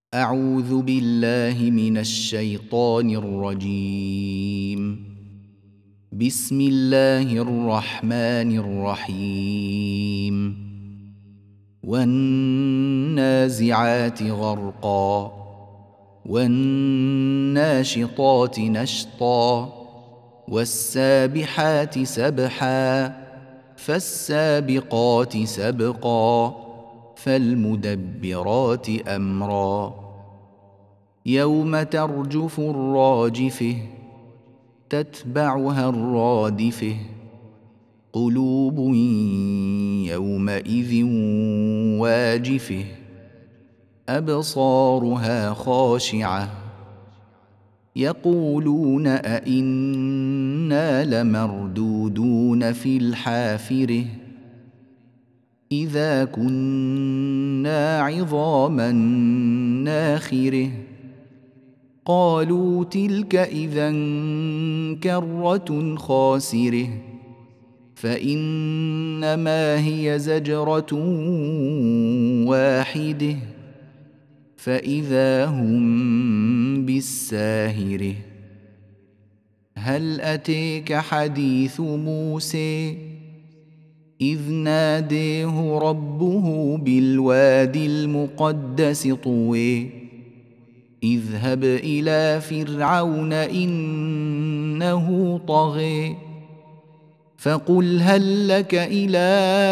أعوذ بالله من الشيطان الرجيم. بسم الله الرحمن الرحيم. والنازعات غرقا والناشطات نشطا والسابحات سبحا فالسابقات سبقا فالمدبرات أمرا يوم ترجف الراجفة تتبعها الرادفة قلوب يومئذ واجفة أبصارها خاشعة يقولون أئنا لمردودون في الحافرة إذا كنا عظاما ناخرة قالوا تلك إذا كرة خاسرة فإنما هي زجرة واحدة فإذا هم بالساهرة هل أتيك حديث موسى إذ ناديه ربه بالوادي المقدس طوى اذهب إلى فرعون إنه طغى فقل هل لك إلى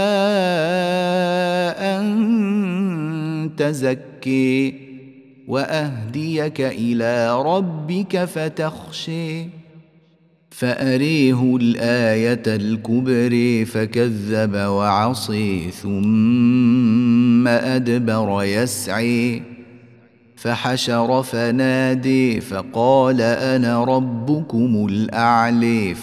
أن تزكي وأهديك إلى ربك فتخشي فأريه الآية الكبرى فكذب وعصي ثم أدبر يسعي فحشر فنادي فقال أنا ربكم الأعلى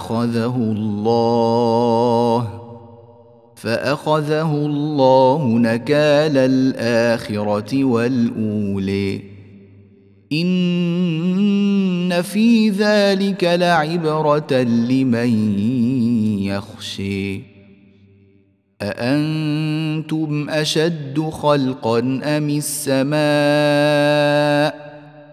فأخذه الله نكال الآخرة والأولى إن في ذلك لعبرة لمن يخشى أأنتم أشد خلقا أم السماء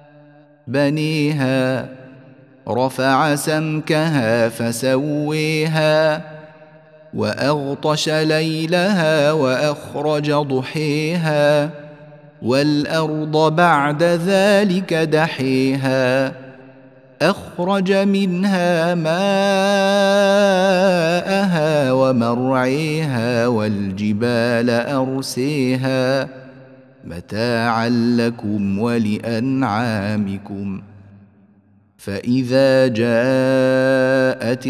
بنيها رفع سمكها فسويها وأغطش ليلها وأخرج ضحيها والأرض بعد ذلك دحيها أخرج منها ماءها ومرعيها والجبال أرسيها متاعا لكم ولأنعامكم فإذا جاءت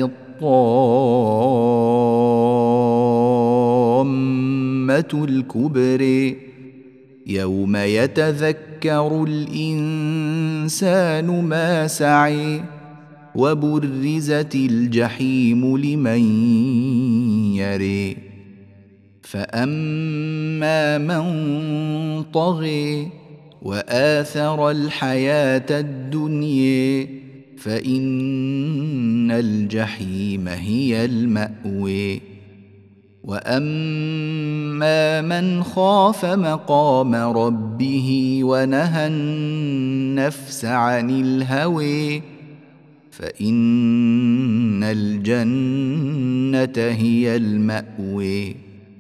الطامة الكبرى يوم يتذكر الإنسان ما سعي وبرزت الجحيم لمن يري فأما من طغى وآثر الحياة الدنيا فإن الجحيم هي المأوى وأما من خاف مقام ربه ونهى النفس عن الهوى فإن الجنة هي المأوى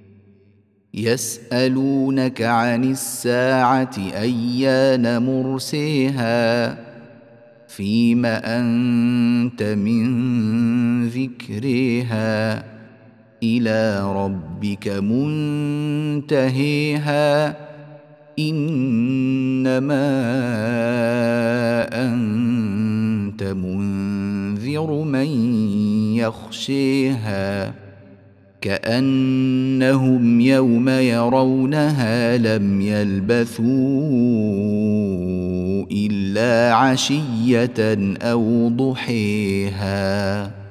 يسألونك عن الساعة أيان مرسيها فيم أنت من ذكرها إلى ربك منتهيها إنما أنت منذر من يخشيها كأنهم يوم يرونها لم يلبثوا إلا عشية أو ضحيها.